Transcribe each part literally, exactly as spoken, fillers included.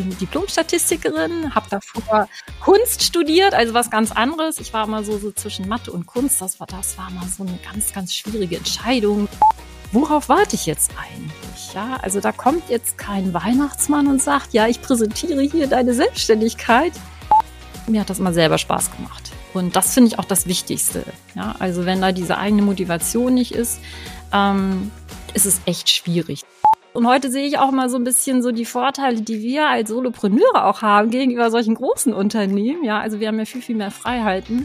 bin Diplom-Statistikerin, habe davor Kunst studiert, also was ganz anderes. Ich war immer so, so zwischen Mathe und Kunst. Das war, das war mal so eine ganz, ganz schwierige Entscheidung. Worauf warte ich jetzt eigentlich? Ja, also da kommt jetzt kein Weihnachtsmann und sagt, ja, ich präsentiere hier deine Selbstständigkeit. Mir hat das immer selber Spaß gemacht. Und das finde ich auch das Wichtigste. Ja, also wenn da diese eigene Motivation nicht ist, ähm, ist es echt schwierig. Und heute sehe ich auch mal so ein bisschen so die Vorteile, die wir als Solopreneure auch haben gegenüber solchen großen Unternehmen. Ja, also wir haben ja viel, viel mehr Freiheiten.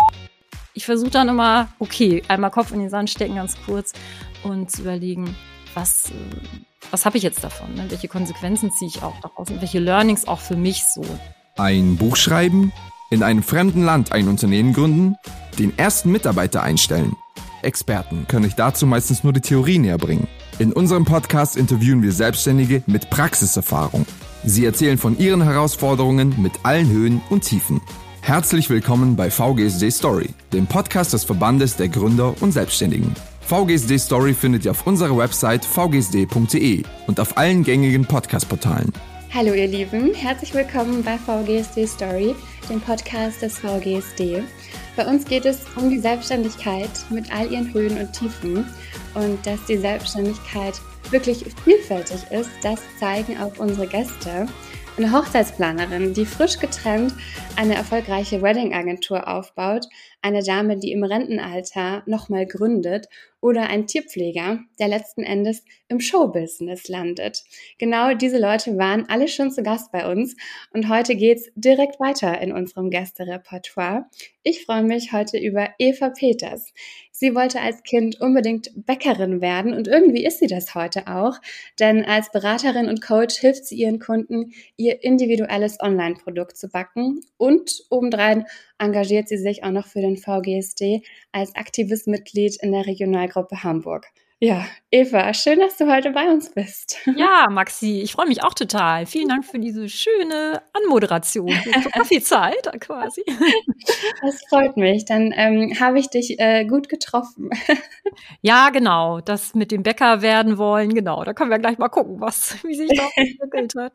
Ich versuche dann immer, okay, einmal Kopf in den Sand stecken, ganz kurz, und zu überlegen, was, was habe ich jetzt davon? Ne? Welche Konsequenzen ziehe ich auch daraus und welche Learnings auch für mich so. Ein Buch schreiben, in einem fremden Land ein Unternehmen gründen, den ersten Mitarbeiter einstellen. Experten können euch dazu meistens nur die Theorie näher bringen. In unserem Podcast interviewen wir Selbstständige mit Praxiserfahrung. Sie erzählen von ihren Herausforderungen mit allen Höhen und Tiefen. Herzlich willkommen bei V G S D Story, dem Podcast des Verbandes der Gründer und Selbstständigen. V G S D Story findet ihr auf unserer Website v g s d punkt d e und auf allen gängigen Podcast-Portalen. Hallo ihr Lieben, herzlich willkommen bei V G S D Story, dem Podcast des V G S D. Bei uns geht es um die Selbstständigkeit mit all ihren Höhen und Tiefen und dass die Selbstständigkeit wirklich vielfältig ist, das zeigen auch unsere Gäste. Eine Hochzeitsplanerin, die frisch getrennt eine erfolgreiche Wedding-Agentur aufbaut, eine Dame, die im Rentenalter nochmal gründet oder ein Tierpfleger, der letzten Endes im Showbusiness landet. Genau diese Leute waren alle schon zu Gast bei uns und heute geht's direkt weiter in unserem Gästerepertoire. Ich freue mich heute über Eva Peters. Sie wollte als Kind unbedingt Bäckerin werden und irgendwie ist sie das heute auch, denn als Beraterin und Coach hilft sie ihren Kunden, ihr individuelles Online-Produkt zu backen und obendrein engagiert sie sich auch noch für den V G S D als aktives Mitglied in der Regionalgruppe Hamburg. Ja, Eva, schön, dass du heute bei uns bist. Ja, Maxi, ich freue mich auch total. Vielen Dank für diese schöne Anmoderation, für Kaffeezeit quasi. Das freut mich. Dann ähm, habe ich dich äh, gut getroffen. Ja, genau. Das mit dem Bäcker werden wollen, genau. Da können wir gleich mal gucken, was, wie sich das entwickelt hat.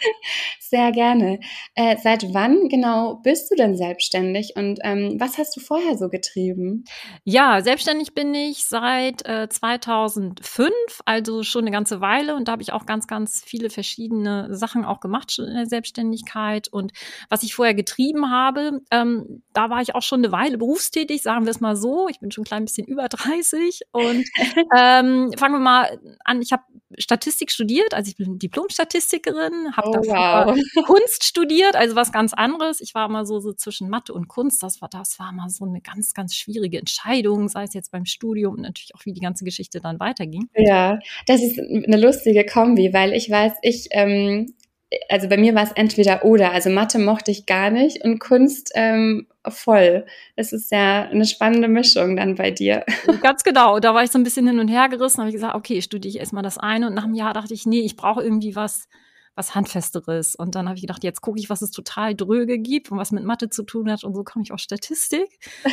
Sehr gerne. Äh, seit wann genau bist du denn selbstständig und ähm, was hast du vorher so getrieben? Ja, selbstständig bin ich seit äh, zweitausendfünf, also schon eine ganze Weile. Und da habe ich auch ganz, ganz viele verschiedene Sachen auch gemacht schon in der Selbstständigkeit. Und was ich vorher getrieben habe, ähm, da war ich auch schon eine Weile berufstätig, sagen wir es mal so. Ich bin schon ein klein bisschen über dreißig. Und ähm, fangen wir mal an, ich habe Statistik studiert, also ich bin Diplom-Statistikerin, habe Oh, davor wow. Kunst studiert, also was ganz anderes. Ich war immer so, so zwischen Mathe und Kunst. Das war, das war mal so eine ganz, ganz schwierige Entscheidung, sei es jetzt beim Studium und natürlich auch, wie die ganze Geschichte dann weiterging. Ja, das ist eine lustige Kombi, weil ich weiß, ich, ähm, also bei mir war es entweder oder. Also Mathe mochte ich gar nicht und Kunst ähm, voll. Das ist ja eine spannende Mischung dann bei dir. Ganz genau. Da war ich so ein bisschen hin und her gerissen. Habe ich gesagt, okay, studiere ich erstmal das eine. Und nach einem Jahr dachte ich, nee, ich brauche irgendwie was, was Handfesteres. Und dann habe ich gedacht, jetzt gucke ich, was es total dröge gibt und was mit Mathe zu tun hat. Und so komme ich auf Statistik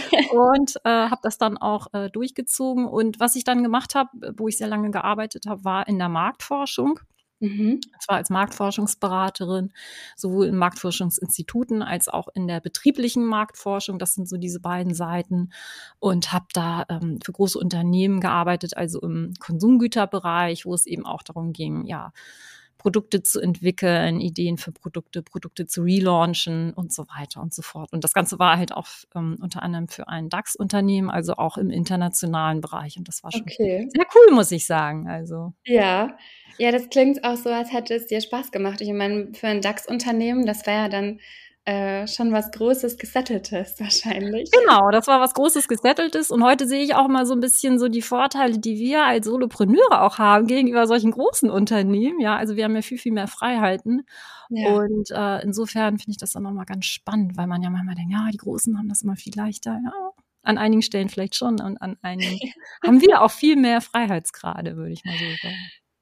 und äh, habe das dann auch äh, durchgezogen. Und was ich dann gemacht habe, wo ich sehr lange gearbeitet habe, war in der Marktforschung. Mhm. Zwar als Marktforschungsberaterin, sowohl in Marktforschungsinstituten als auch in der betrieblichen Marktforschung. Das sind so diese beiden Seiten. Und habe da ähm, für große Unternehmen gearbeitet, also im Konsumgüterbereich, wo es eben auch darum ging, ja, Produkte zu entwickeln, Ideen für Produkte, Produkte zu relaunchen und so weiter und so fort. Und das Ganze war halt auch ähm, unter anderem für ein DAX-Unternehmen, also auch im internationalen Bereich. Und das war schon Okay. sehr cool, muss ich sagen. Also Ja, ja, das klingt auch so, als hätte es dir Spaß gemacht. Ich meine, für ein DAX-Unternehmen, das wäre ja dann äh, schon was Großes, Gesetteltes wahrscheinlich. Genau, das war was Großes, Gesetteltes. Und heute sehe ich auch mal so ein bisschen so die Vorteile, die wir als Solopreneure auch haben gegenüber solchen großen Unternehmen. Ja, also wir haben ja viel, viel mehr Freiheiten. Ja. Und äh, insofern finde ich das dann nochmal ganz spannend, weil man ja manchmal denkt, ja, die Großen haben das immer viel leichter. Ja, an einigen Stellen vielleicht schon und an einigen haben wir auch viel mehr Freiheitsgrade, würde ich mal so sagen.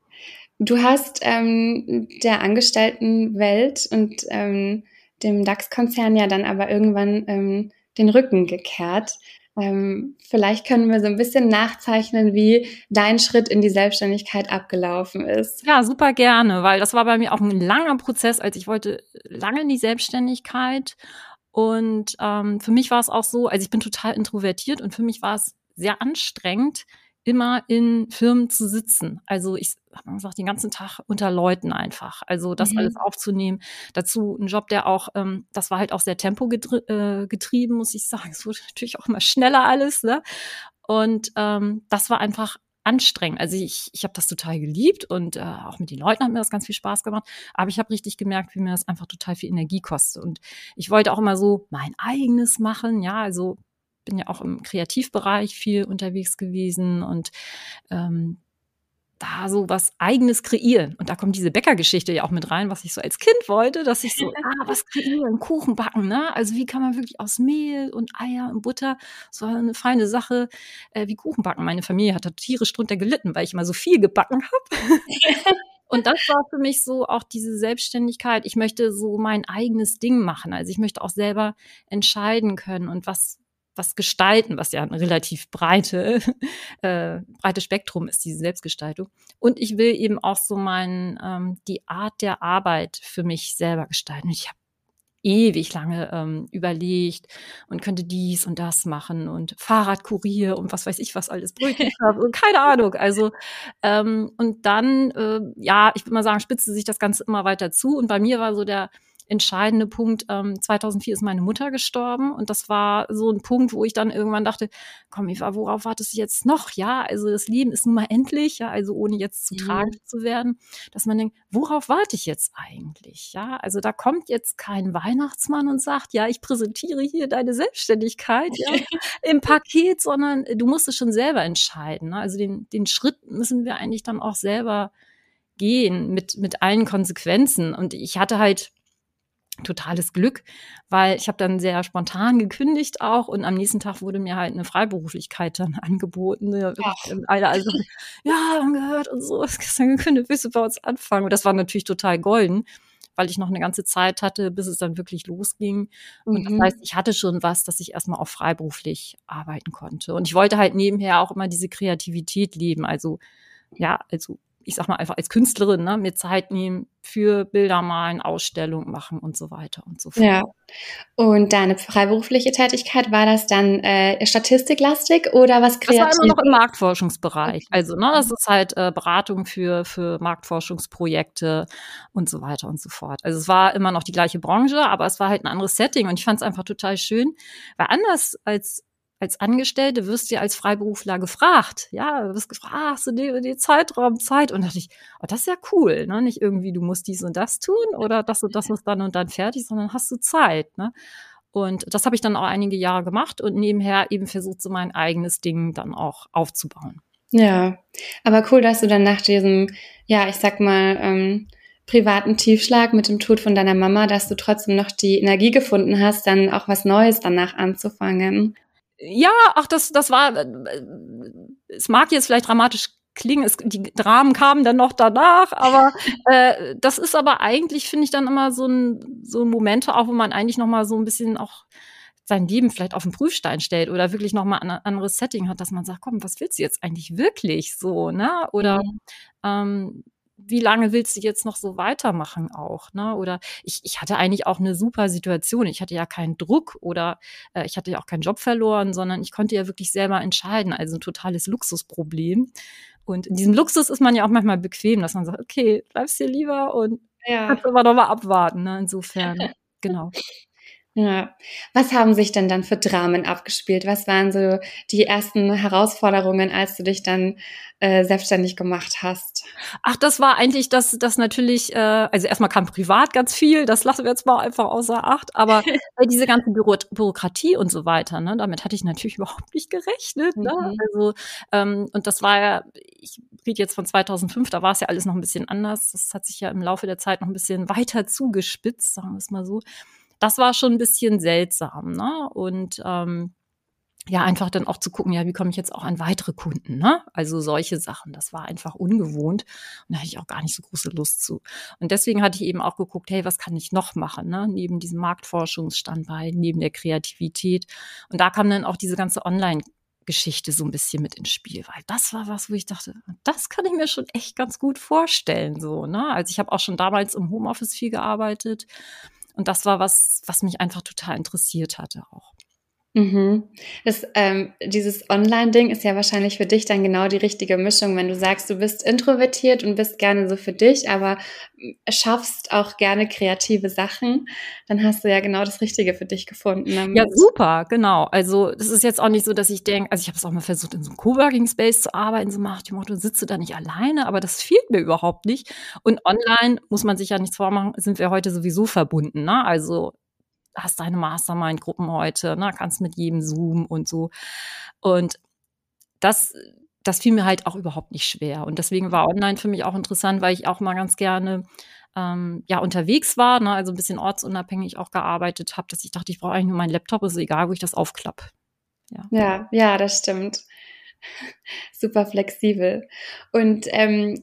Du hast ähm, der Angestelltenwelt und ähm, dem DAX-Konzern ja dann aber irgendwann ähm, den Rücken gekehrt. Ähm, vielleicht können wir so ein bisschen nachzeichnen, wie dein Schritt in die Selbstständigkeit abgelaufen ist. Ja, super gerne, weil das war bei mir auch ein langer Prozess. Also ich wollte lange in die Selbstständigkeit und ähm, für mich war es auch so, also ich bin total introvertiert und für mich war es sehr anstrengend, immer in Firmen zu sitzen. Also ich habe gesagt, den ganzen Tag unter Leuten einfach. Also das alles Mhm. aufzunehmen. Dazu ein Job, der auch, ähm, das war halt auch sehr tempogetrieben, äh, getrieben, muss ich sagen. Es wurde natürlich auch immer schneller alles, ne? Und ähm, das war einfach anstrengend. Also ich, ich habe das total geliebt und äh, auch mit den Leuten hat mir das ganz viel Spaß gemacht. Aber ich habe richtig gemerkt, wie mir das einfach total viel Energie kostet. Und ich wollte auch immer so mein eigenes machen. Ja, also bin ja auch im Kreativbereich viel unterwegs gewesen und ähm, da so was Eigenes kreieren. Und da kommt diese Bäckergeschichte ja auch mit rein, was ich so als Kind wollte, dass ich so, ah, was kreieren, Kuchen backen, ne? Also wie kann man wirklich aus Mehl und Eier und Butter, so eine feine Sache, äh, wie Kuchen backen. Meine Familie hat da tierisch drunter gelitten, weil ich immer so viel gebacken habe. Und das war für mich so auch diese Selbstständigkeit. Ich möchte so mein eigenes Ding machen. Also ich möchte auch selber entscheiden können und was was gestalten, was ja ein relativ breite, äh, breites Spektrum ist, diese Selbstgestaltung. Und ich will eben auch so mein, ähm, die Art der Arbeit für mich selber gestalten. Ich habe ewig lange ähm, überlegt und könnte dies und das machen und Fahrradkurier und was weiß ich was alles, Brötchen und keine Ahnung. Also ähm, und dann, äh, ja, ich würde mal sagen, spitzte sich das Ganze immer weiter zu. Und bei mir war so der entscheidende Punkt, ähm, zweitausendvier ist meine Mutter gestorben und das war so ein Punkt, wo ich dann irgendwann dachte, komm Eva, worauf wartest du jetzt noch? Ja, also das Leben ist nun mal endlich, ja, also ohne jetzt zu Mhm. tragisch zu werden, dass man denkt, worauf warte ich jetzt eigentlich? Ja, also da kommt jetzt kein Weihnachtsmann und sagt, ja, ich präsentiere hier deine Selbstständigkeit, ja, im Paket, sondern du musst es schon selber entscheiden. Ne? Also den, den Schritt müssen wir eigentlich dann auch selber gehen mit, mit allen Konsequenzen. Und ich hatte halt totales Glück, weil ich habe dann sehr spontan gekündigt auch und am nächsten Tag wurde mir halt eine Freiberuflichkeit dann angeboten. Ne? Alle also, ja, haben gehört und so, ist gestern gekündigt, willst du bei uns anfangen? Und das war natürlich total golden, weil ich noch eine ganze Zeit hatte, bis es dann wirklich losging. Und das Mhm. heißt, ich hatte schon was, dass ich erstmal auch freiberuflich arbeiten konnte. Und ich wollte halt nebenher auch immer diese Kreativität leben. Also, ja, also ich sag mal einfach als Künstlerin, ne, mir Zeit nehmen für Bilder malen, Ausstellungen machen und so weiter und so fort. Ja. Und deine freiberufliche Tätigkeit, war das dann äh, statistiklastig oder was Das war immer Kreatives? noch im Marktforschungsbereich. Okay. Also, ne, das ist halt äh, Beratung für für Marktforschungsprojekte und so weiter und so fort. Also es war immer noch die gleiche Branche, aber es war halt ein anderes Setting und ich fand es einfach total schön, weil anders als als Angestellte wirst du ja als Freiberufler gefragt. Ja, du wirst gefragt, ah, hast du den, den Zeitraum Zeit? Und da dachte ich, oh, das ist ja cool, ne? Nicht irgendwie, du musst dies und das tun oder das und das ist dann und dann fertig, sondern hast du Zeit, ne? Und das habe ich dann auch einige Jahre gemacht und nebenher eben versucht, so mein eigenes Ding dann auch aufzubauen. Ja, aber cool, dass du dann nach diesem, ja, ich sag mal, ähm, privaten Tiefschlag mit dem Tod von deiner Mama, dass du trotzdem noch die Energie gefunden hast, dann auch was Neues danach anzufangen. Ja, ach, das, das war, äh, es mag jetzt vielleicht dramatisch klingen, es, die Dramen kamen dann noch danach, aber äh, das ist aber eigentlich, finde ich, dann immer so ein, so Momente auch, wo man eigentlich noch mal so ein bisschen auch sein Leben vielleicht auf den Prüfstein stellt oder wirklich noch mal ein anderes Setting hat, dass man sagt, komm, was willst du jetzt eigentlich wirklich so, ne? Oder Mhm. ähm, wie lange willst du jetzt noch so weitermachen auch, ne? Oder ich, ich hatte eigentlich auch eine super Situation. Ich hatte ja keinen Druck oder äh, ich hatte ja auch keinen Job verloren, sondern ich konnte ja wirklich selber entscheiden. Also ein totales Luxusproblem. Und in diesem Luxus ist man ja auch manchmal bequem, dass man sagt, okay, bleibst hier lieber und Ja. kannst immer noch mal abwarten, ne? Insofern, genau. Ja. Was haben sich denn dann für Dramen abgespielt? Was waren so die ersten Herausforderungen, als du dich dann äh, selbstständig gemacht hast? Ach, das war eigentlich das, das natürlich, äh, also erstmal kam privat ganz viel, das lassen wir jetzt mal einfach außer Acht, aber äh, diese ganze Büro Bürokratie und so weiter, ne, damit hatte ich natürlich überhaupt nicht gerechnet, ne? Mhm. Also, ähm, und das war ja, ich rede jetzt von zweitausendfünf, da war es ja alles noch ein bisschen anders. Das hat sich ja im Laufe der Zeit noch ein bisschen weiter zugespitzt, sagen wir es mal so. Das war schon ein bisschen seltsam, ne? Und ähm, ja, einfach dann auch zu gucken, ja, wie komme ich jetzt auch an weitere Kunden, ne? Also solche Sachen, das war einfach ungewohnt und da hatte ich auch gar nicht so große Lust zu. Und deswegen hatte ich eben auch geguckt, hey, was kann ich noch machen, ne? Neben diesem Marktforschungsstandbein, neben der Kreativität. Und da kam dann auch diese ganze Online-Geschichte so ein bisschen mit ins Spiel, weil das war was, wo ich dachte, das kann ich mir schon echt ganz gut vorstellen, so, ne? Also ich habe auch schon damals im Homeoffice viel gearbeitet und das war was, was mich einfach total interessiert hatte auch. Mhm. Das, ähm, dieses Online-Ding ist ja wahrscheinlich für dich dann genau die richtige Mischung, wenn du sagst, du bist introvertiert und bist gerne so für dich, aber schaffst auch gerne kreative Sachen, dann hast du ja genau das Richtige für dich gefunden. Ne? Ja, super, genau. Also das ist jetzt auch nicht so, dass ich denke, also ich habe es auch mal versucht, in so einem Coworking-Space zu arbeiten, so nach dem Motto, sitze da nicht alleine, aber das fehlt mir überhaupt nicht. Und online, muss man sich ja nichts vormachen, sind wir heute sowieso verbunden, ne? Also hast deine Mastermind-Gruppen heute, ne, kannst mit jedem Zoom und so. Und das, das fiel mir halt auch überhaupt nicht schwer. Und deswegen war online für mich auch interessant, weil ich auch mal ganz gerne ähm, ja unterwegs war, ne, also ein bisschen ortsunabhängig auch gearbeitet habe, dass ich dachte, ich brauche eigentlich nur meinen Laptop, ist egal, wo ich das aufklappe. Ja. Ja, ja, das stimmt. Super flexibel. Und ähm,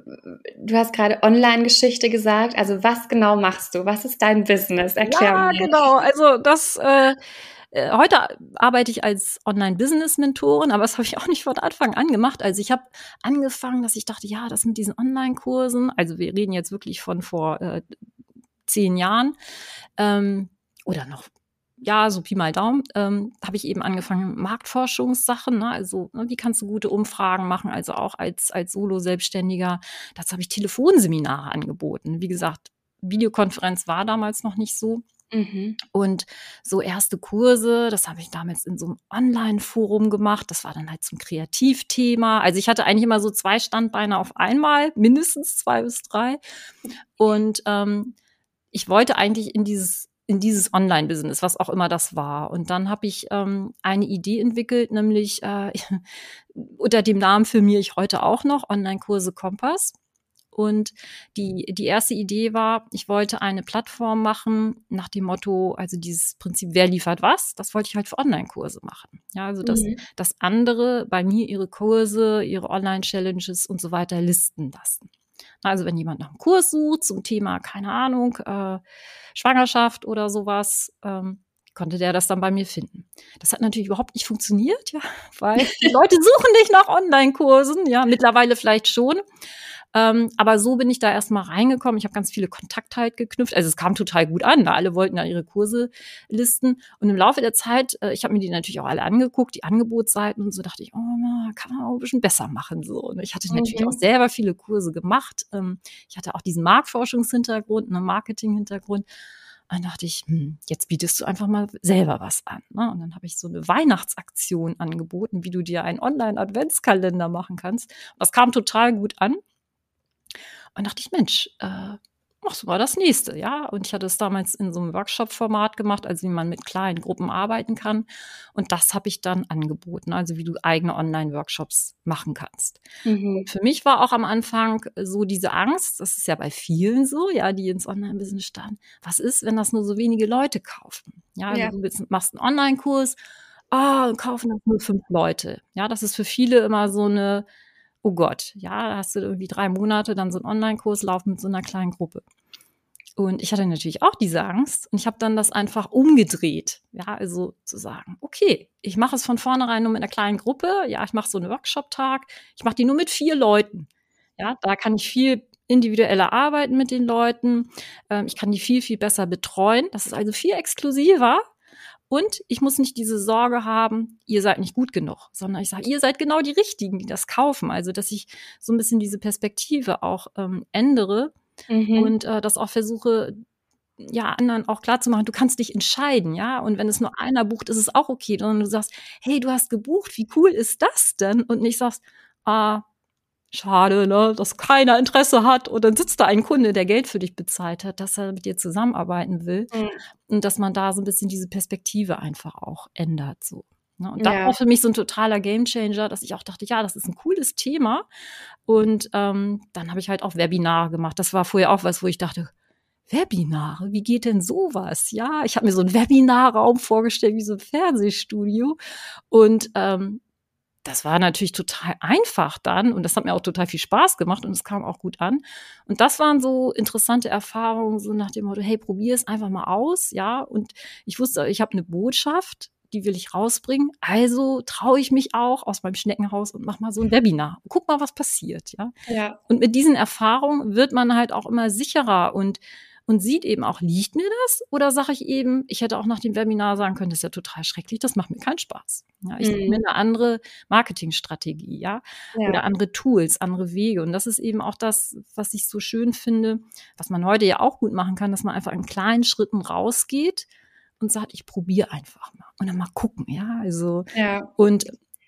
du hast gerade Online-Geschichte gesagt. Also was genau machst du? Was ist dein Business? Erklär Ja, mal. genau. Also das äh, äh, heute arbeite ich als Online-Business-Mentorin, aber das habe ich auch nicht von Anfang an gemacht. Also ich habe angefangen, dass ich dachte, ja, das mit diesen Online-Kursen, also wir reden jetzt wirklich von vor äh, zehn Jahren ähm, oder noch ja, so Pi mal Daumen, ähm, habe ich eben angefangen, Marktforschungssachen, ne? Also ne, wie kannst du gute Umfragen machen, also auch als, als Solo-Selbstständiger. Dazu habe ich Telefonseminare angeboten. Wie gesagt, Videokonferenz war damals noch nicht so. Mhm. Und so erste Kurse, das habe ich damals in so einem Online-Forum gemacht. Das war dann halt zum Kreativthema. Also ich hatte eigentlich immer so zwei Standbeine auf einmal, mindestens zwei bis drei. Und ähm, ich wollte eigentlich in dieses in dieses Online-Business, was auch immer das war. Und dann habe ich ähm, eine Idee entwickelt, nämlich äh, unter dem Namen firmiere ich heute auch noch, Online-Kurse Kompass. Und die, die erste Idee war, ich wollte eine Plattform machen nach dem Motto, also dieses Prinzip, wer liefert was, das wollte ich halt für Online-Kurse machen. Ja, also dass, Mhm. dass andere bei mir ihre Kurse, ihre Online-Challenges und so weiter listen lassen. Also wenn jemand nach einem Kurs sucht zum Thema, keine Ahnung, äh, Schwangerschaft oder sowas, ähm, konnte der das dann bei mir finden. Das hat natürlich überhaupt nicht funktioniert, ja, weil die Leute suchen nicht nach Online-Kursen, ja, mittlerweile vielleicht schon. Ähm, aber so bin ich da erstmal reingekommen. Ich habe ganz viele Kontakte halt geknüpft. Also es kam total gut an. Ne? Alle wollten da ihre Kurse listen. Und im Laufe der Zeit, äh, ich habe mir die natürlich auch alle angeguckt, die Angebotsseiten und so, dachte ich, oh, na, kann man auch ein bisschen besser machen. So. Und ich hatte natürlich Mhm. auch selber viele Kurse gemacht. Ähm, ich hatte auch diesen Marktforschungshintergrund, einen Marketing-Hintergrund. Und dann dachte ich, hm, jetzt bietest du einfach mal selber was an. Ne? Und dann habe ich so eine Weihnachtsaktion angeboten, wie du dir einen Online-Adventskalender machen kannst. Und das kam total gut an. Und dachte ich, Mensch, äh, machst du mal das nächste, ja? Und ich hatte es damals in so einem Workshop-Format gemacht, also wie man mit kleinen Gruppen arbeiten kann. Und das habe ich dann angeboten, also wie du eigene Online-Workshops machen kannst. Mhm. Und für mich war auch am Anfang so diese Angst, das ist ja bei vielen so, ja, die ins Online-Business starten. Was ist, wenn das nur so wenige Leute kaufen? Ja, also Ja. du willst, machst einen Online-Kurs, ah, und kaufen das nur fünf Leute. Ja, das ist für viele immer so eine oh Gott, ja, da hast du irgendwie drei Monate dann so einen Online-Kurs laufen mit so einer kleinen Gruppe. Und ich hatte natürlich auch diese Angst und ich habe dann das einfach umgedreht. Ja, also zu sagen, okay, ich mache es von vornherein nur mit einer kleinen Gruppe. Ja, ich mache so einen Workshop-Tag. Ich mache die nur mit vier Leuten. Ja, da kann ich viel individueller arbeiten mit den Leuten. Ähm, ich kann die viel, viel besser betreuen. Das ist also viel exklusiver. Und ich muss nicht diese Sorge haben, ihr seid nicht gut genug, sondern ich sage, ihr seid genau die Richtigen, die das kaufen. Also, dass ich so ein bisschen diese Perspektive auch ähm, ändere Mhm. und äh, das auch versuche, ja, anderen auch klarzumachen, du kannst dich entscheiden, ja. Und wenn es nur einer bucht, ist es auch okay. Sondern du sagst, hey, du hast gebucht, wie cool ist das denn? Und nicht sagst, ah, schade, ne, dass keiner Interesse hat. Und dann sitzt da ein Kunde, der Geld für dich bezahlt hat, dass er mit dir zusammenarbeiten will. Mhm. Und dass man da so ein bisschen diese Perspektive einfach auch ändert, so. Ne? Und das Ja. war für mich so ein totaler Gamechanger, dass ich auch dachte, ja, das ist ein cooles Thema. Und ähm, dann habe ich halt auch Webinare gemacht. Das war vorher auch was, wo ich dachte, Webinare, wie geht denn sowas? Ja, ich habe mir so einen Webinarraum vorgestellt, wie so ein Fernsehstudio. Und ähm, das war natürlich total einfach dann und das hat mir auch total viel Spaß gemacht und es kam auch gut an. Und das waren so interessante Erfahrungen, so nach dem Motto, hey, probier es einfach mal aus, ja. Und ich wusste, ich habe eine Botschaft, die will ich rausbringen. Also traue ich mich auch aus meinem Schneckenhaus und mach mal so ein Webinar. Guck mal, was passiert, ja. Ja. Und mit diesen Erfahrungen wird man halt auch immer sicherer und und sieht eben auch, liegt mir das? Oder sage ich eben, ich hätte auch nach dem Webinar sagen können, das ist ja total schrecklich, das macht mir keinen Spaß. Ja, ich Mhm. nehme mir eine andere Marketingstrategie, ja, Ja. oder andere Tools, andere Wege. Und das ist eben auch das, was ich so schön finde, was man heute ja auch gut machen kann, dass man einfach in kleinen Schritten rausgeht und sagt, ich probiere einfach mal und dann mal gucken, ja, also Ja. und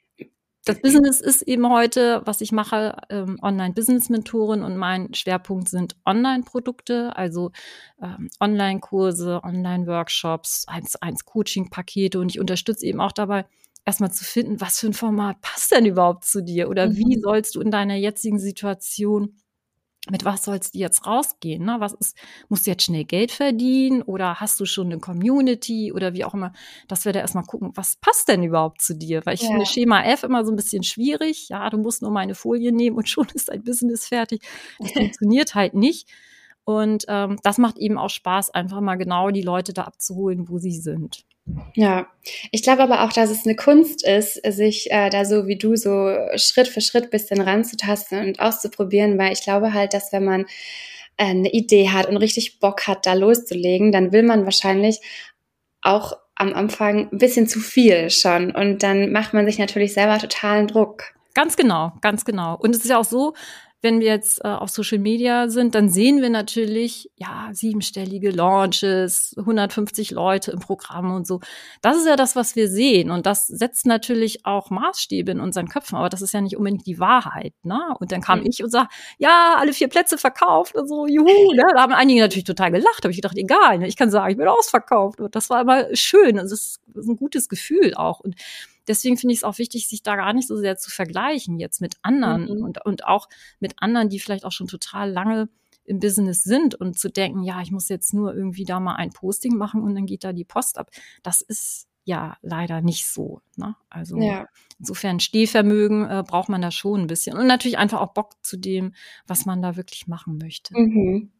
das Business ist eben heute, was ich mache, ähm, Online-Business-Mentorin und mein Schwerpunkt sind Online-Produkte, also ähm, Online-Kurse, Online-Workshops, eins zu eins Coaching-Pakete und ich unterstütze eben auch dabei, erstmal zu finden, was für ein Format passt denn überhaupt zu dir oder Mhm. wie sollst du in deiner jetzigen Situation mit was sollst du jetzt rausgehen? Ne? Was ist, musst du jetzt schnell Geld verdienen oder hast du schon eine Community oder wie auch immer, dass wir da erstmal gucken, was passt denn überhaupt zu dir? Weil ich Ja. finde Schema F immer so ein bisschen schwierig. Ja, du musst nur meine Folie nehmen und schon ist dein Business fertig. Das funktioniert halt nicht. Und ähm, das macht eben auch Spaß, einfach mal genau die Leute da abzuholen, wo sie sind. Ja, ich glaube aber auch, dass es eine Kunst ist, sich äh, da so wie du so Schritt für Schritt bisschen ranzutasten und auszuprobieren, weil ich glaube halt, dass wenn man äh, eine Idee hat und richtig Bock hat, da loszulegen, dann will man wahrscheinlich auch am Anfang ein bisschen zu viel schon und dann macht man sich natürlich selber totalen Druck. Ganz genau, ganz genau. Und es ist ja auch so, wenn wir jetzt äh, auf Social Media sind, dann sehen wir natürlich, ja, siebenstellige Launches, hundertfünfzig Leute im Programm und so. Das ist ja das, was wir sehen. Und das setzt natürlich auch Maßstäbe in unseren Köpfen. Aber das ist ja nicht unbedingt die Wahrheit, ne? Und dann kam Mhm. ich und sag, ja, alle vier Plätze verkauft und so, juhu, ne? Da haben einige natürlich total gelacht. Da habe ich gedacht, egal, ne? Ich kann sagen, ich bin ausverkauft. Und das war immer schön. Und das ist ein gutes Gefühl auch. Und deswegen finde ich es auch wichtig, sich da gar nicht so sehr zu vergleichen jetzt mit anderen Mhm. und, und auch mit anderen, die vielleicht auch schon total lange im Business sind und zu denken, ja, ich muss jetzt nur irgendwie da mal ein Posting machen und dann geht da die Post ab. Das ist ja leider nicht so, ne? Also Ja. insofern Stehvermögen äh, braucht man da schon ein bisschen und natürlich einfach auch Bock zu dem, was man da wirklich machen möchte. Mhm.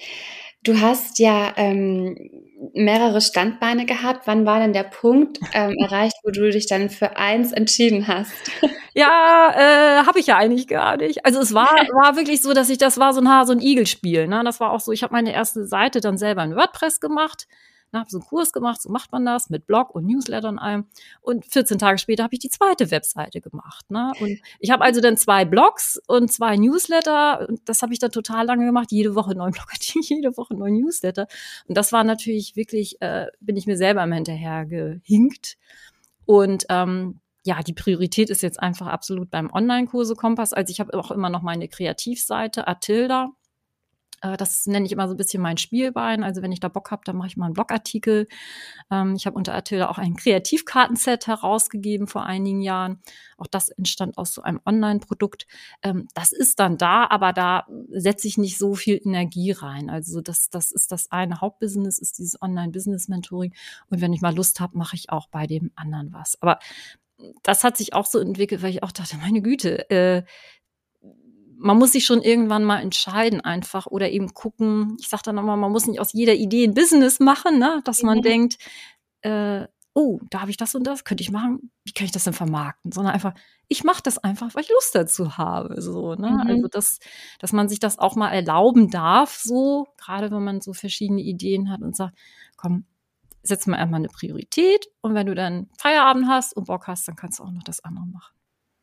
Du hast ja ähm, mehrere Standbeine gehabt. Wann war denn der Punkt ähm, erreicht, wo du dich dann für eins entschieden hast? Ja, äh, habe ich ja eigentlich gar nicht. Also es war war wirklich so, dass ich das war so ein Hase- und Igel-Spiel. Ne? Das war auch so, ich habe meine erste Seite dann selber in WordPress gemacht, ne, habe so einen Kurs gemacht, so macht man das mit Blog und Newsletter und allem. Und vierzehn Tage später habe ich die zweite Webseite gemacht. Ne? Und ich habe also dann zwei Blogs und zwei Newsletter. Und das habe ich dann total lange gemacht. Jede Woche einen neuen Blogartikel, jede Woche einen neuen Newsletter. Und das war natürlich wirklich, äh, bin ich mir selber im Hinterher gehinkt. Und ähm, ja, die Priorität ist jetzt einfach absolut beim Online-Kurse-Kompass. Also ich habe auch immer noch meine Kreativseite, Atilda. Äh, das nenne ich immer so ein bisschen mein Spielbein. Also wenn ich da Bock habe, dann mache ich mal einen Blogartikel. Ähm, ich habe unter Atilda auch ein Kreativkartenset herausgegeben vor einigen Jahren. Auch das entstand aus so einem Online-Produkt. Ähm, das ist dann da, aber da setze ich nicht so viel Energie rein. Also das, das ist das eine Hauptbusiness, ist dieses Online-Business-Mentoring. Und wenn ich mal Lust habe, mache ich auch bei dem anderen was. Aber das hat sich auch so entwickelt, weil ich auch dachte, meine Güte, äh, man muss sich schon irgendwann mal entscheiden einfach oder eben gucken, ich sage dann nochmal, man muss nicht aus jeder Idee ein Business machen, ne? Dass man Mhm. denkt, äh, oh, da habe ich das und das, könnte ich machen, wie kann ich das denn vermarkten? Sondern einfach, ich mache das einfach, weil ich Lust dazu habe. So, ne? Mhm. Also, dass, dass man sich das auch mal erlauben darf, so, gerade wenn man so verschiedene Ideen hat und sagt, komm, setz mal einmal eine Priorität und wenn du dann Feierabend hast und Bock hast, dann kannst du auch noch das andere machen.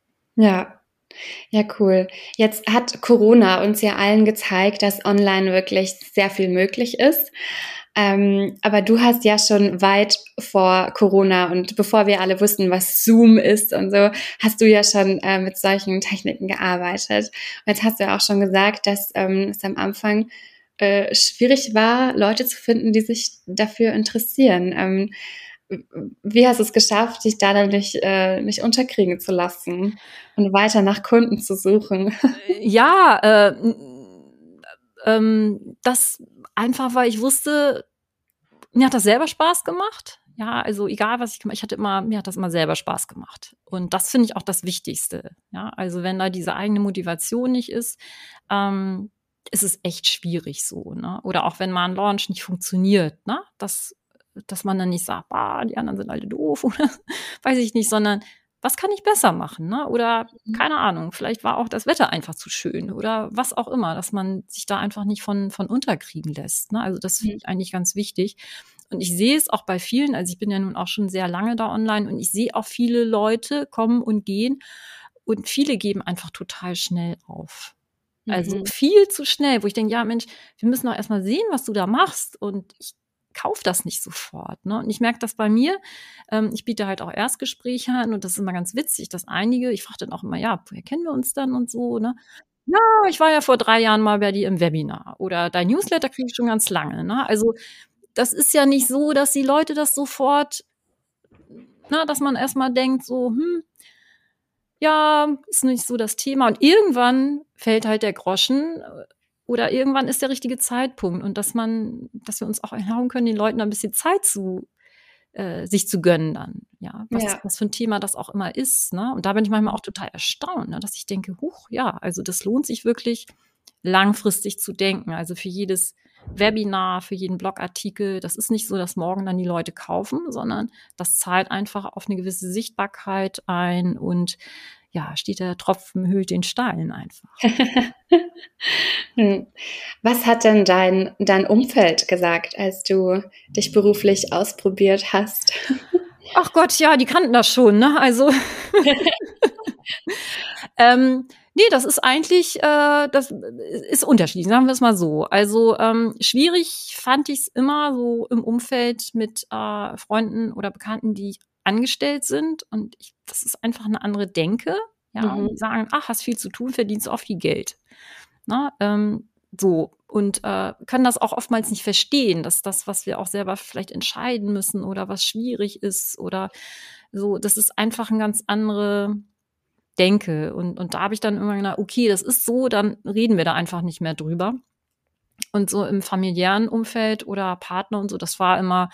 Ja, ja, cool. Jetzt hat Corona uns ja allen gezeigt, dass online wirklich sehr viel möglich ist. Ähm, aber du hast ja schon weit vor Corona und bevor wir alle wussten, was Zoom ist und so, hast du ja schon äh, mit solchen Techniken gearbeitet. Und jetzt hast du ja auch schon gesagt, dass ähm, es am Anfang äh, schwierig war, Leute zu finden, die sich dafür interessieren. Ähm, wie hast du es geschafft, dich da dann nicht, äh, nicht unterkriegen zu lassen und weiter nach Kunden zu suchen? Ja, äh, ähm, das einfach, weil ich wusste, mir hat das selber Spaß gemacht. Ja, also egal, was ich gemacht habe, ich hatte immer, mir hat das immer selber Spaß gemacht. Und das finde ich auch das Wichtigste. Ja, also wenn da diese eigene Motivation nicht ist, ähm, ist es echt schwierig so, ne? Oder auch wenn mal ein Launch nicht funktioniert, ne? Das, dass man dann nicht sagt, ah, die anderen sind alle doof oder weiß ich nicht, sondern was kann ich besser machen, ne? Oder keine Ahnung, vielleicht war auch das Wetter einfach zu schön oder was auch immer, dass man sich da einfach nicht von, von unterkriegen lässt, ne? Also das finde ich eigentlich ganz wichtig. Und ich sehe es auch bei vielen, also ich bin ja nun auch schon sehr lange da online und ich sehe auch viele Leute kommen und gehen und viele geben einfach total schnell auf. Also Mhm. viel zu schnell, wo ich denke, ja Mensch, wir müssen doch erstmal sehen, was du da machst und ich kaufe das nicht sofort. Ne? Und ich merke das bei mir, ähm, ich biete halt auch Erstgespräche an und das ist immer ganz witzig, dass einige, ich frage dann auch immer, ja, woher kennen wir uns dann und so, ne? Ja, ich war ja vor drei Jahren mal bei dir im Webinar oder dein Newsletter kriege ich schon ganz lange. Ne? Also das ist ja nicht so, dass die Leute das sofort, na, dass man erstmal denkt, so, hm, ja, ist nicht so das Thema. Und irgendwann fällt halt der Groschen oder irgendwann ist der richtige Zeitpunkt. Und dass man, dass wir uns auch erlauben können, den Leuten ein bisschen Zeit zu, äh, sich zu gönnen dann. Ja, was, Ja. was für ein Thema das auch immer ist. Ne? Und da bin ich manchmal auch total erstaunt, ne? Dass ich denke, huch, ja, also das lohnt sich wirklich langfristig zu denken. Also für jedes Webinar, für jeden Blogartikel. Das ist nicht so, dass morgen dann die Leute kaufen, sondern das zahlt einfach auf eine gewisse Sichtbarkeit ein und ja, steht der Tropfen höhlt den Stein einfach. Hm. Was hat denn dein, dein Umfeld gesagt, als du dich beruflich ausprobiert hast? Ach Gott, ja, die kannten das schon, ne? Also ähm, nee, das ist eigentlich, äh, das ist unterschiedlich, sagen wir es mal so. Also ähm, schwierig fand ich es immer so im Umfeld mit äh, Freunden oder Bekannten, die angestellt sind. Und ich, das ist einfach eine andere Denke. Ja, Mhm. die sagen, ach, hast viel zu tun, verdienst auch viel Geld. Na, ähm, so. Und äh, können das auch oftmals nicht verstehen, dass das, was wir auch selber vielleicht entscheiden müssen oder was schwierig ist oder so, das ist einfach eine ganz andere Denke. Und, und da habe ich dann immer gedacht, okay, das ist so, dann reden wir da einfach nicht mehr drüber. Und so im familiären Umfeld oder Partner und so, das war immer,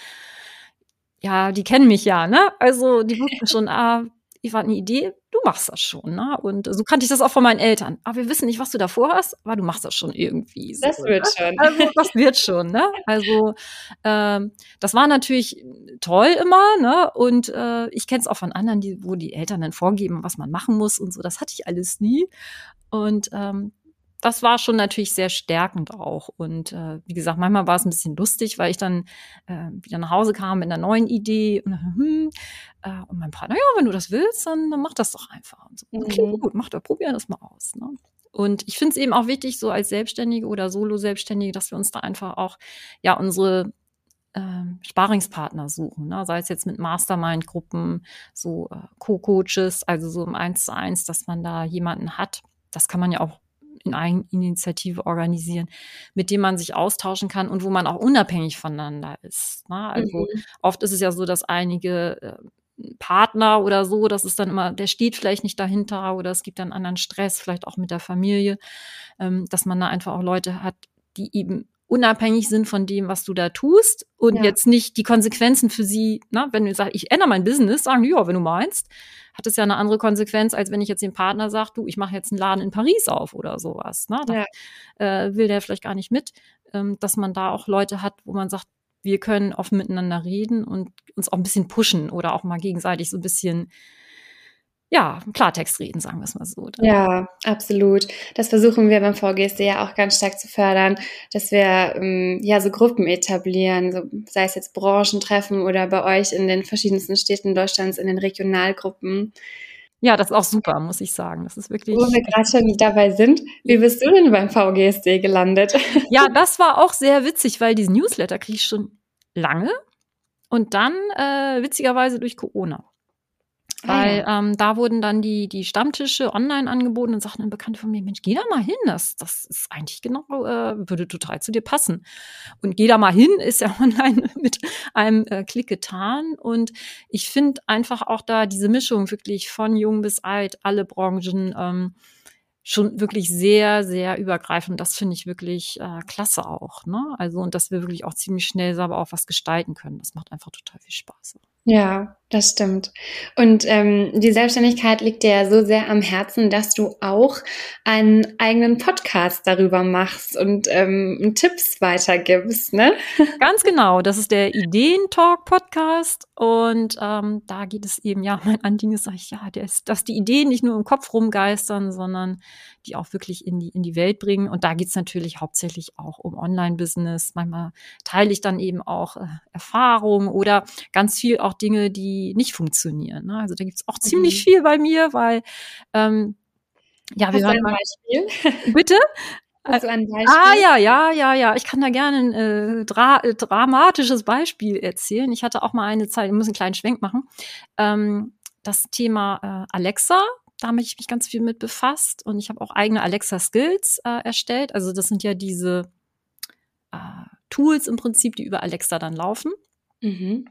ja, die kennen mich ja, ne? Also die wussten schon, ah, ich war eine Idee, du machst das schon, ne? Und so kannte ich das auch von meinen Eltern. Aber wir wissen nicht, was du davor hast, aber du machst das schon irgendwie. So, Das wird ne? schon. Also das wird schon, ne? Also ähm, das war natürlich toll immer, ne? Und äh, ich kenne es auch von anderen, die, wo die Eltern dann vorgeben, was man machen muss und so. Das hatte ich alles nie. Und ähm, das war schon natürlich sehr stärkend auch. Und äh, wie gesagt, manchmal war es ein bisschen lustig, weil ich dann äh, wieder nach Hause kam mit einer neuen Idee und, hm, äh, und mein Partner, ja, wenn du das willst, dann, dann mach das doch einfach. Und so, okay, Mhm. gut, mach doch, probier das mal aus. Ne? Und ich finde es eben auch wichtig, so als Selbstständige oder Solo-Selbstständige, dass wir uns da einfach auch ja unsere ähm, Sparingspartner suchen, ne? Sei es jetzt mit Mastermind-Gruppen, so äh, Co-Coaches, also so im Eins zu eins, dass man da jemanden hat. Das kann man ja auch in Eigeninitiative organisieren, mit dem man sich austauschen kann und wo man auch unabhängig voneinander ist. Ne? Also Mhm. oft ist es ja so, dass einige äh, Partner oder so, das ist dann immer, der steht vielleicht nicht dahinter oder es gibt dann anderen Stress, vielleicht auch mit der Familie, ähm, dass man da einfach auch Leute hat, die eben unabhängig sind von dem, was du da tust und Ja. jetzt nicht die Konsequenzen für sie, na, wenn du sagst, ich ändere mein Business, sagen die, ja, wenn du meinst, hat es ja eine andere Konsequenz, als wenn ich jetzt dem Partner sage, du, ich mache jetzt einen Laden in Paris auf oder sowas. Ne? Da Ja. äh, will der vielleicht gar nicht mit, ähm, dass man da auch Leute hat, wo man sagt, wir können offen miteinander reden und uns auch ein bisschen pushen oder auch mal gegenseitig so ein bisschen, ja, Klartext reden, sagen wir es mal so. Dann. Ja, absolut. Das versuchen wir beim V G S D ja auch ganz stark zu fördern, dass wir ähm, ja so Gruppen etablieren, so, sei es jetzt Branchentreffen oder bei euch in den verschiedensten Städten Deutschlands in den Regionalgruppen. Ja, das ist auch super, muss ich sagen. Das ist wirklich. Wo wir gerade schon dabei sind, wie bist du denn beim V G S D gelandet? Ja, das war auch sehr witzig, weil diesen Newsletter kriege ich schon lange und dann äh, witzigerweise durch Corona. Weil Ah, ja. ähm, da wurden dann die, die Stammtische online angeboten und sagten ein Bekannter von mir, Mensch, geh da mal hin, das, das ist eigentlich genau, äh, würde total zu dir passen. Und geh da mal hin, ist ja online mit einem äh, Klick getan. Und ich finde einfach auch da diese Mischung wirklich von jung bis alt, alle Branchen, ähm, schon wirklich sehr, sehr übergreifend. Das finde ich wirklich äh, klasse auch, ne? Also, und dass wir wirklich auch ziemlich schnell selber auch was gestalten können. Das macht einfach total viel Spaß. Ja, das stimmt. Und ähm, die Selbstständigkeit liegt dir ja so sehr am Herzen, dass du auch einen eigenen Podcast darüber machst und ähm, Tipps weitergibst, ne? Ganz genau. Das ist der Ideen-Talk-Podcast. Und ähm, da geht es eben, ja, mein Anliegen ist, sag ich, ja, der ist, dass die Ideen nicht nur im Kopf rumgeistern, sondern die auch wirklich in die, in die Welt bringen. Und da geht es natürlich hauptsächlich auch um Online-Business. Manchmal teile ich dann eben auch äh, Erfahrungen oder ganz viel auch Dinge, die nicht funktionieren. Ne? Also da gibt es auch mhm. ziemlich viel bei mir, weil ähm, ja, wir Hast hören du ein Beispiel? Bitte? Hast du ein Beispiel? Ah ja, ja, ja, ja. Ich kann da gerne ein äh, dra äh, dramatisches Beispiel erzählen. Ich hatte auch mal eine Zeit, wir müssen einen kleinen Schwenk machen. Ähm, das Thema äh, Alexa. Da habe ich mich ganz viel mit befasst und ich habe auch eigene Alexa-Skills äh, erstellt. Also das sind ja diese äh, Tools im Prinzip, die über Alexa dann laufen. Mhm.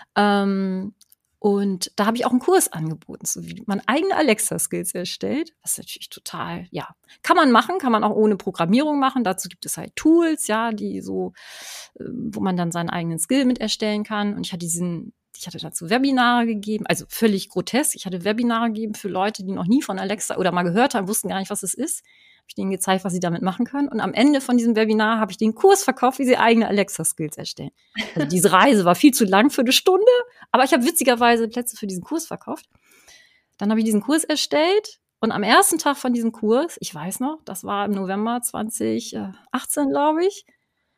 Ähm, und da habe ich auch einen Kurs angeboten, so wie man eigene Alexa-Skills erstellt. Das ist natürlich total, ja, kann man machen, kann man auch ohne Programmierung machen. Dazu gibt es halt Tools, ja, die so, äh, wo man dann seinen eigenen Skill mit erstellen kann. Und ich hatte diesen Ich hatte dazu Webinare gegeben, also völlig grotesk. Ich hatte Webinare gegeben für Leute, die noch nie von Alexa oder mal gehört haben, wussten gar nicht, was es ist. Habe ich denen gezeigt, was sie damit machen können. Und am Ende von diesem Webinar habe ich den Kurs verkauft, wie sie eigene Alexa-Skills erstellen. Also diese Reise war viel zu lang für eine Stunde, aber ich habe witzigerweise Plätze für diesen Kurs verkauft. Dann habe ich diesen Kurs erstellt und am ersten Tag von diesem Kurs, ich weiß noch, das war im November zwanzig achtzehn, glaube ich,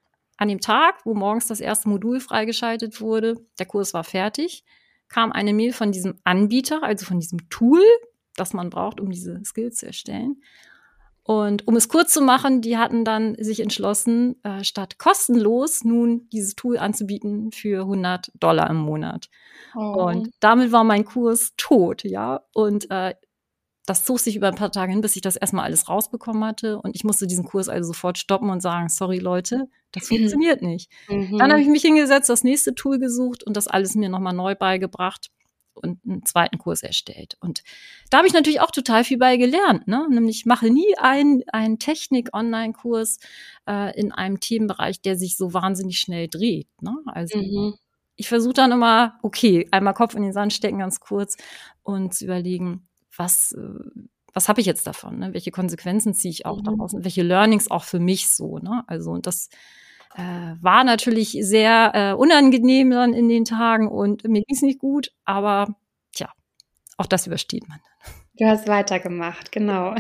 an dem Tag, wo morgens das erste Modul freigeschaltet wurde, der Kurs war fertig, kam eine Mail von diesem Anbieter, also von diesem Tool, das man braucht, um diese Skills zu erstellen. Und um es kurz zu machen, die hatten dann sich entschlossen, äh, statt kostenlos nun dieses Tool anzubieten für hundert Dollar im Monat. Oh. Und damit war mein Kurs tot, ja. Und äh, das zog sich über ein paar Tage hin, bis ich das erstmal alles rausbekommen hatte. Und ich musste diesen Kurs also sofort stoppen und sagen, sorry Leute, das funktioniert nicht. Mhm. Dann habe ich mich hingesetzt, das nächste Tool gesucht und das alles mir nochmal neu beigebracht und einen zweiten Kurs erstellt. Und da habe ich natürlich auch total viel bei gelernt, ne? Nämlich mache nie einen, einen Technik-Online-Kurs äh, in einem Themenbereich, der sich so wahnsinnig schnell dreht, ne? Also mhm. ich versuche dann immer, okay, einmal Kopf in den Sand stecken, ganz kurz und zu überlegen, was, was habe ich jetzt davon? Ne? Welche Konsequenzen ziehe ich auch mhm. daraus? Und welche Learnings auch für mich so? Ne? Also und das äh, war natürlich sehr äh, unangenehm dann in den Tagen und mir ging es nicht gut, aber tja, auch das übersteht man. Du hast weitergemacht, genau.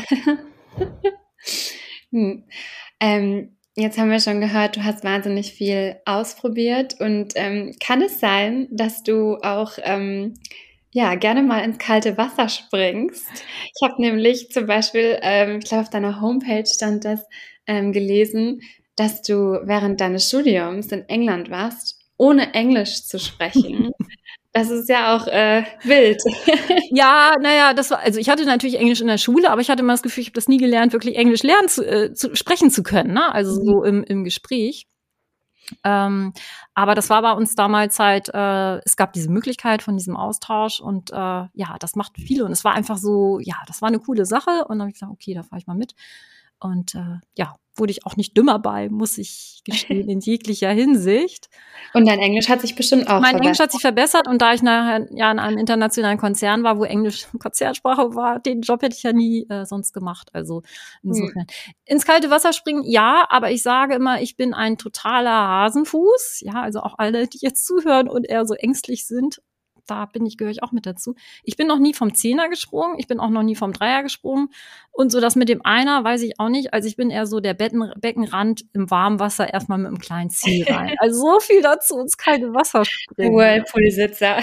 hm. ähm, jetzt haben wir schon gehört, du hast wahnsinnig viel ausprobiert und ähm, kann es sein, dass du auch ähm, ja, gerne mal ins kalte Wasser springst. Ich habe nämlich zum Beispiel, ähm, ich glaube auf deiner Homepage stand das, ähm, gelesen, dass du während deines Studiums in England warst, ohne Englisch zu sprechen. Das ist ja auch äh, wild. Ja, naja, das war, also ich hatte natürlich Englisch in der Schule, aber ich hatte immer das Gefühl, ich habe das nie gelernt, wirklich Englisch lernen zu, äh, zu sprechen zu können, ne? Also mhm. so im, im Gespräch. Ähm, aber das war bei uns damals halt, äh, es gab diese Möglichkeit von diesem Austausch und äh, ja, das macht viele und es war einfach so, ja, das war eine coole Sache und dann habe ich gesagt, okay, da fahre ich mal mit und äh, ja, wurde ich auch nicht dümmer bei, muss ich gestehen, in jeglicher Hinsicht. Und dein Englisch hat sich bestimmt auch mein verbessert. Mein Englisch hat sich verbessert und da ich nachher ja in einem internationalen Konzern war, wo Englisch Konzernsprache war, den Job hätte ich ja nie äh, sonst gemacht. Also insofern. Hm. Ins kalte Wasser springen, ja, aber ich sage immer, ich bin ein totaler Hasenfuß. Ja, also auch alle, die jetzt zuhören und eher so ängstlich sind, da bin ich, gehöre ich auch mit dazu. Ich bin noch nie vom Zehner gesprungen, ich bin auch noch nie vom Dreier gesprungen und so das mit dem Einer weiß ich auch nicht. Also ich bin eher so der Betten, Beckenrand im warmen Wasser erstmal mit einem kleinen Zeh rein. Also so viel dazu, ins kalte Wasser springen. Whirlpool-Sitzer.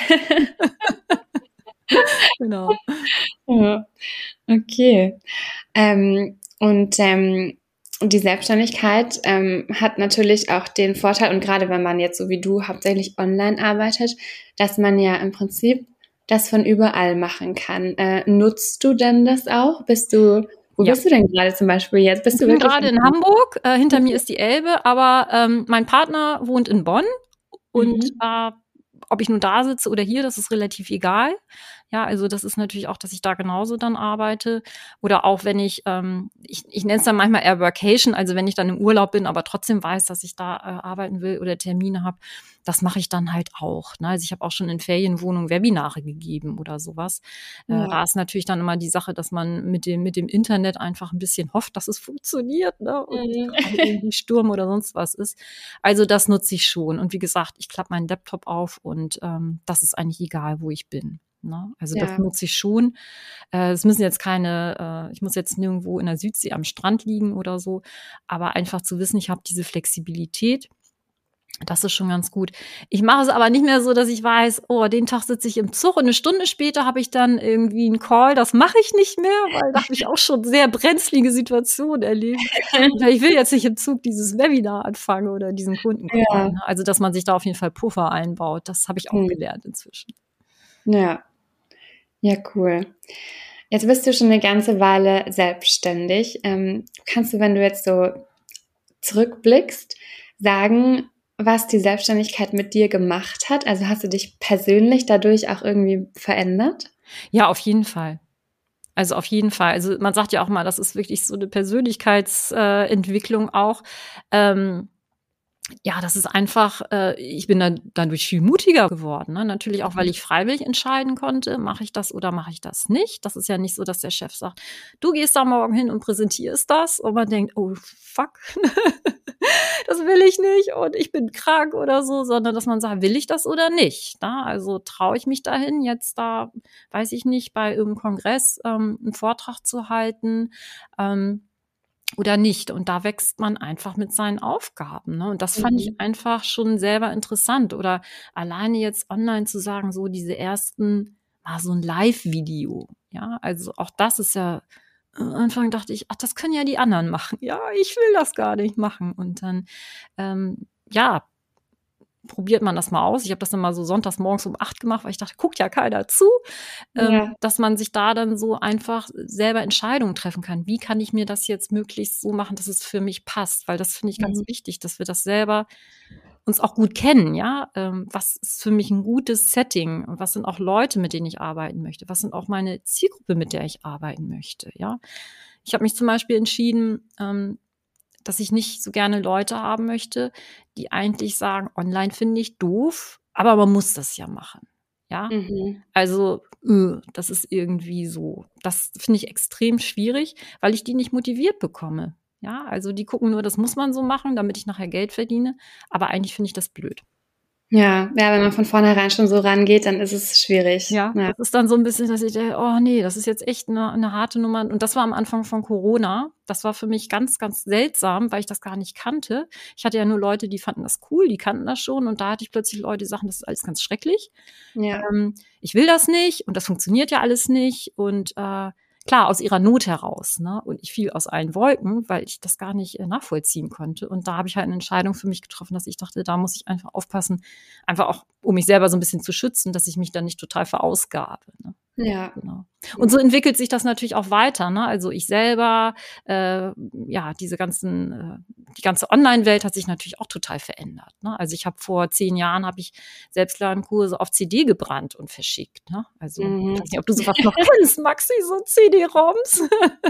Genau. Ja. Okay. Ähm, und ähm, die Selbstständigkeit ähm, hat natürlich auch den Vorteil, und gerade wenn man jetzt so wie du hauptsächlich online arbeitet, dass man ja im Prinzip das von überall machen kann. Äh, nutzt du denn das auch? Bist du, wo ja. bist du denn gerade zum Beispiel jetzt? Bist ich du bin gerade in Hamburg, äh, hinter mir ist die Elbe, aber ähm, mein Partner wohnt in Bonn und mhm. äh, ob ich nun da sitze oder hier, das ist relativ egal. Ja, also das ist natürlich auch, dass ich da genauso dann arbeite. Oder auch wenn ich, ähm, ich, ich nenne es dann manchmal eher Workation, also wenn ich dann im Urlaub bin, aber trotzdem weiß, dass ich da äh, arbeiten will oder Termine habe, das mache ich dann halt auch. Ne? Also ich habe auch schon in Ferienwohnungen Webinare gegeben oder sowas. Ja. Äh, da ist natürlich dann immer die Sache, dass man mit dem, mit dem Internet einfach ein bisschen hofft, dass es funktioniert, ne? Und Mhm. gerade irgendwie Sturm oder sonst was ist. Also das nutze ich schon. Und wie gesagt, ich klappe meinen Laptop auf und ähm, das ist eigentlich egal, wo ich bin. Ne? Also das Ja. nutze ich schon. Äh, es müssen jetzt keine, äh, ich muss jetzt nirgendwo in der Südsee am Strand liegen oder so, aber einfach zu wissen, ich habe diese Flexibilität. Das ist schon ganz gut. Ich mache es aber nicht mehr so, dass ich weiß, oh, den Tag sitze ich im Zug und eine Stunde später habe ich dann irgendwie einen Call. Das mache ich nicht mehr, weil da habe ich auch schon sehr brenzlige Situationen erlebt. Und ich will jetzt nicht im Zug dieses Webinar anfangen oder diesen Kundencall. Ja. Ne? Also, dass man sich da auf jeden Fall Puffer einbaut. Das habe ich auch Hm. gelernt inzwischen. Ja. Ja, cool. Jetzt bist du schon eine ganze Weile selbstständig. Ähm, kannst du, wenn du jetzt so zurückblickst, sagen, was die Selbstständigkeit mit dir gemacht hat? Also hast du dich persönlich dadurch auch irgendwie verändert? Ja, auf jeden Fall. Also auf jeden Fall. Also man sagt ja auch mal, das ist wirklich so eine Persönlichkeitsentwicklung auch. Ähm, ja, das ist einfach, äh, ich bin dann dadurch viel mutiger geworden. Ne? Natürlich auch, weil ich freiwillig entscheiden konnte, mache ich das oder mache ich das nicht. Das ist ja nicht so, dass der Chef sagt, du gehst da morgen hin und präsentierst das. Und man denkt, oh fuck, das will ich nicht und ich bin krank oder so, sondern dass man sagt, will ich das oder nicht? Ne? Also traue ich mich dahin, jetzt da, weiß ich nicht, bei irgendeinem Kongress ähm, einen Vortrag zu halten, ähm, oder nicht. Und da wächst man einfach mit seinen Aufgaben. Ne? Und das fand Mhm. ich einfach schon selber interessant. Oder alleine jetzt online zu sagen, so diese ersten, mal so ein Live-Video. Ja, also auch das ist ja, am Anfang dachte ich, ach, das können ja die anderen machen. Ja, ich will das gar nicht machen. Und dann, ähm, ja, probiert man das mal aus. Ich habe das dann mal so sonntags morgens um acht gemacht, weil ich dachte, guckt ja keiner zu, ähm, Ja. dass man sich da dann so einfach selber Entscheidungen treffen kann. Wie kann ich mir das jetzt möglichst so machen, dass es für mich passt? Weil das finde ich ganz Mhm. wichtig, dass wir das selber uns auch gut kennen, ja. Ähm, was ist für mich ein gutes Setting? Und was sind auch Leute, mit denen ich arbeiten möchte? Was sind auch meine Zielgruppe, mit der ich arbeiten möchte, ja? Ich habe mich zum Beispiel entschieden, ähm, dass ich nicht so gerne Leute haben möchte, die eigentlich sagen, online finde ich doof, aber man muss das ja machen. Ja, Mhm. also äh, das ist irgendwie so. Das finde ich extrem schwierig, weil ich die nicht motiviert bekomme. Ja, also die gucken nur, das muss man so machen, damit ich nachher Geld verdiene. Aber eigentlich finde ich das blöd. Ja, ja, wenn man von vornherein schon so rangeht, dann ist es schwierig. Ja, Ja. das ist dann so ein bisschen, dass ich denke, oh nee, das ist jetzt echt eine, eine harte Nummer. Und das war am Anfang von Corona. Das war für mich ganz, ganz seltsam, weil ich das gar nicht kannte. Ich hatte ja nur Leute, die fanden das cool, die kannten das schon. Und da hatte ich plötzlich Leute, die sagten, das ist alles ganz schrecklich. Ja. Ähm, ich will das nicht und das funktioniert ja alles nicht. Und äh, klar, aus ihrer Not heraus. Ne? Und ich fiel aus allen Wolken, weil ich das gar nicht äh, nachvollziehen konnte. Und da habe ich halt eine Entscheidung für mich getroffen, dass ich dachte, da muss ich einfach aufpassen, einfach auch, um mich selber so ein bisschen zu schützen, dass ich mich dann nicht total verausgabe. Ne? Ja. Genau. Und so entwickelt sich das natürlich auch weiter. Ne? Also ich selber, äh, ja, diese ganzen, äh, die ganze Online-Welt hat sich natürlich auch total verändert. Ne? Also ich habe vor zehn Jahren habe ich Selbstlernkurse auf C D gebrannt und verschickt. Ne? Also Mhm. ich weiß nicht, ob du sowas noch kennst, Maxi, so C D-ROMs.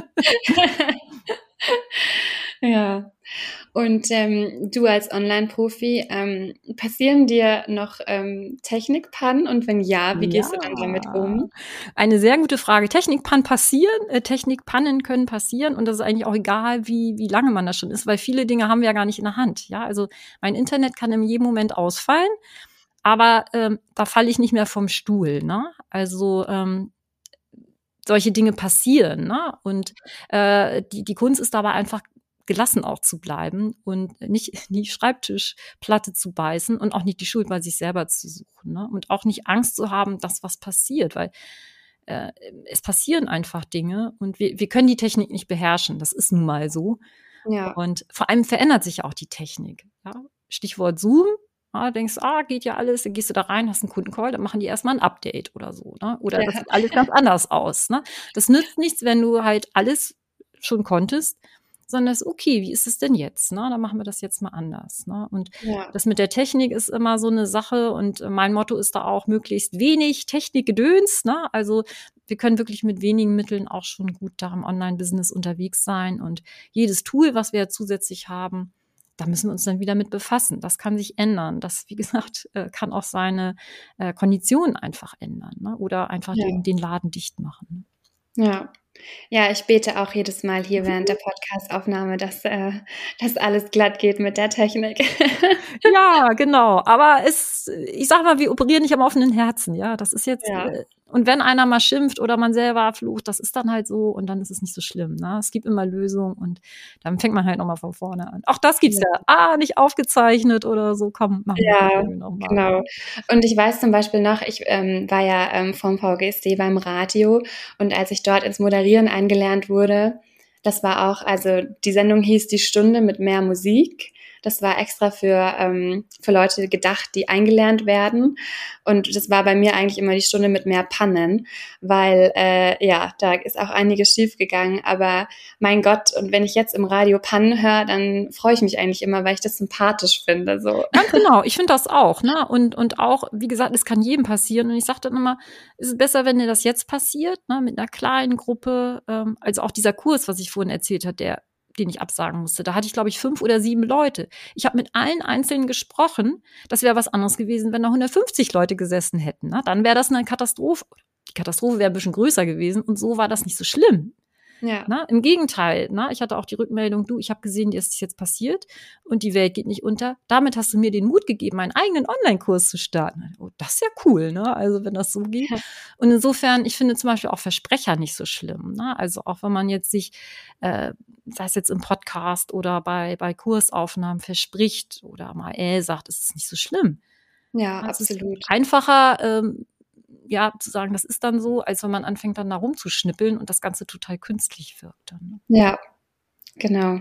Ja. Und ähm, du als Online-Profi, ähm, passieren dir noch ähm, Technikpannen? Und wenn ja, wie gehst du dann damit um? Eine sehr gute Frage. Technikpannen passieren, äh, Technikpannen können passieren und das ist eigentlich auch egal, wie wie lange man das schon ist, weil viele Dinge haben wir ja gar nicht in der Hand. Ja, also mein Internet kann in jedem Moment ausfallen, aber ähm, da falle ich nicht mehr vom Stuhl. Ne? Also ähm, solche Dinge passieren. Ne? Und äh, die die Kunst ist dabei einfach gelassen auch zu bleiben und nicht in die Schreibtischplatte zu beißen und auch nicht die Schuld bei sich selber zu suchen. Ne? Und auch nicht Angst zu haben, dass was passiert, weil äh, es passieren einfach Dinge und wir, wir können die Technik nicht beherrschen. Das ist nun mal so. Ja. Und vor allem verändert sich ja auch die Technik. Ja? Stichwort Zoom. Ja, denkst, ah, geht ja alles, dann gehst du da rein, hast einen Kundencall, dann machen die erstmal ein Update oder so. Ne? Oder Ja. das sieht alles ganz anders aus. Ne? Das nützt nichts, wenn du halt alles schon konntest sondern das ist okay, wie ist es denn jetzt? Ne? Dann machen wir das jetzt mal anders. Ne? Und Ja. das mit der Technik ist immer so eine Sache und mein Motto ist da auch möglichst wenig Technikgedöns. Ne? Also wir können wirklich mit wenigen Mitteln auch schon gut da im Online-Business unterwegs sein und jedes Tool, was wir ja zusätzlich haben, da müssen wir uns dann wieder mit befassen. Das kann sich ändern. Das, wie gesagt, kann auch seine Konditionen einfach ändern, ne? Oder einfach ja. den, den Laden dicht machen. Ja. Ja, ich bete auch jedes Mal hier während der Podcast-Aufnahme, dass äh, das alles glatt geht mit der Technik. Ja, genau. Aber es, ich sag mal, wir operieren nicht am offenen Herzen. Ja, das ist jetzt. Ja. Äh, und wenn einer mal schimpft oder man selber flucht, das ist dann halt so und dann ist es nicht so schlimm. Ne? Es gibt immer Lösungen und dann fängt man halt nochmal von vorne an. Auch das gibt's ja. ja. Ah, nicht aufgezeichnet oder so. Komm, machen wir ja, nochmal. Genau. Und ich weiß zum Beispiel noch, ich ähm, war ja ähm, vom V G S D beim Radio und als ich dort ins Moderieren eingelernt wurde, das war auch, also die Sendung hieß Die Stunde mit mehr Musik. Das war extra für ähm, für Leute gedacht, die eingelernt werden. Und das war bei mir eigentlich immer die Stunde mit mehr Pannen, weil äh, ja, da ist auch einiges schief gegangen. Aber mein Gott, und wenn ich jetzt im Radio Pannen höre, dann freue ich mich eigentlich immer, weil ich das sympathisch finde. So. Ganz genau, ich finde das auch. Ne? Und und auch, wie gesagt, es kann jedem passieren. Und ich sage dann immer, es ist besser, wenn dir das jetzt passiert, ne? Mit einer kleinen Gruppe. Ähm, also auch dieser Kurs, was ich vorhin erzählt habe, der den ich absagen musste. Da hatte ich, glaube ich, fünf oder sieben Leute. Ich habe mit allen Einzelnen gesprochen. Das wäre was anderes gewesen, wenn da hundertfünfzig Leute gesessen hätten. Ne? Dann wäre das eine Katastrophe. Die Katastrophe wäre ein bisschen größer gewesen und so war das nicht so schlimm. Ja. Na, im Gegenteil, na, ich hatte auch die Rückmeldung, du, ich habe gesehen, dir ist es jetzt passiert und die Welt geht nicht unter. Damit hast du mir den Mut gegeben, meinen eigenen Online-Kurs zu starten. Oh, das ist ja cool, ne? Also wenn das so geht. Ja. Und insofern, ich finde zum Beispiel auch Versprecher nicht so schlimm. Ne? Also auch wenn man jetzt sich, äh, sei es jetzt im Podcast oder bei, bei Kursaufnahmen verspricht oder mal äh sagt, ist es nicht so schlimm. Ja, das absolut. Ist einfacher, ähm, ja, zu sagen, das ist dann so, als wenn man anfängt, dann da rumzuschnippeln und das Ganze total künstlich wirkt. Dann, ne? Ja, genau.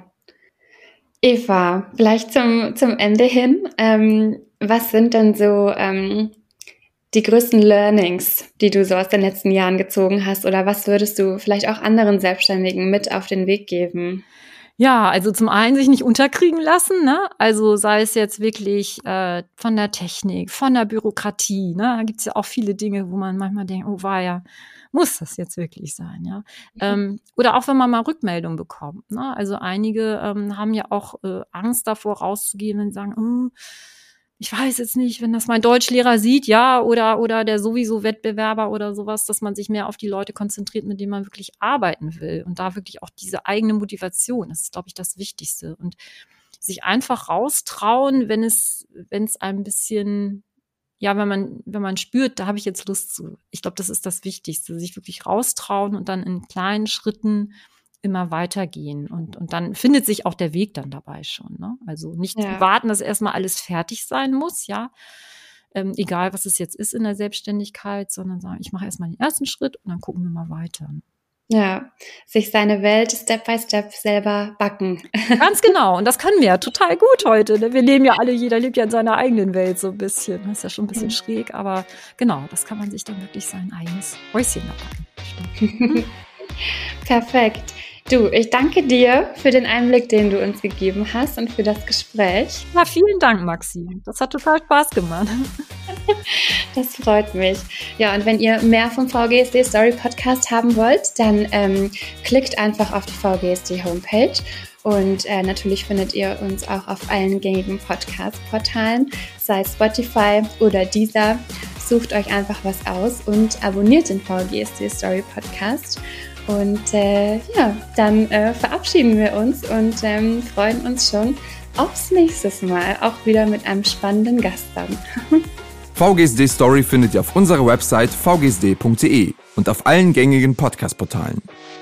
Eva, vielleicht zum, zum Ende hin, ähm, was sind denn so ähm, die größten Learnings, die du so aus den letzten Jahren gezogen hast oder was würdest du vielleicht auch anderen Selbstständigen mit auf den Weg geben? Ja, also zum einen sich nicht unterkriegen lassen, ne? Also sei es jetzt wirklich äh, von der Technik, von der Bürokratie, ne? Da gibt's ja auch viele Dinge, wo man manchmal denkt, oh weia, muss das jetzt wirklich sein, ja? Mhm. Ähm, oder auch wenn man mal Rückmeldung bekommt, ne? Also einige ähm, haben ja auch äh, Angst davor rauszugehen, wenn sie sagen, oh, ich weiß jetzt nicht, wenn das mein Deutschlehrer sieht, ja, oder oder der sowieso Wettbewerber oder sowas, dass man sich mehr auf die Leute konzentriert, mit denen man wirklich arbeiten will und da wirklich auch diese eigene Motivation, das ist, glaube ich, das Wichtigste und sich einfach raustrauen, wenn es wenn es ein bisschen, ja, wenn man wenn man spürt, da habe ich jetzt Lust zu. Ich glaube, das ist das Wichtigste, sich wirklich raustrauen und dann in kleinen Schritten immer weitergehen und und dann findet sich auch der Weg dann dabei schon, ne? Also nicht Ja. warten, dass erstmal alles fertig sein muss, ja, ähm, egal was es jetzt ist in der Selbstständigkeit, sondern sagen, ich mache erstmal den ersten Schritt und dann gucken wir mal weiter. Ja, sich seine Welt Step by Step selber backen. Ganz genau. Und das können wir ja total gut heute. Ne? Wir leben ja alle, jeder lebt ja in seiner eigenen Welt so ein bisschen. Das ist ja schon ein bisschen schräg, aber genau, das kann man sich dann wirklich sein eigenes Häuschen backen. Perfekt. Du, ich danke dir für den Einblick, den du uns gegeben hast und für das Gespräch. Ja, vielen Dank, Maxi. Das hat total Spaß gemacht. Das freut mich. Ja, und wenn ihr mehr vom V G S D Story Podcast haben wollt, dann ähm, klickt einfach auf die V G S D Homepage. Und äh, natürlich findet ihr uns auch auf allen gängigen Podcast-Portalen, sei es Spotify oder Deezer. Sucht euch einfach was aus und abonniert den V G S D Story Podcast. Und äh, ja, dann äh, verabschieden wir uns und ähm, freuen uns schon aufs nächste Mal, auch wieder mit einem spannenden Gast dann. V G S D Story findet ihr auf unserer Website v g s d punkt d e und auf allen gängigen Podcast-Portalen.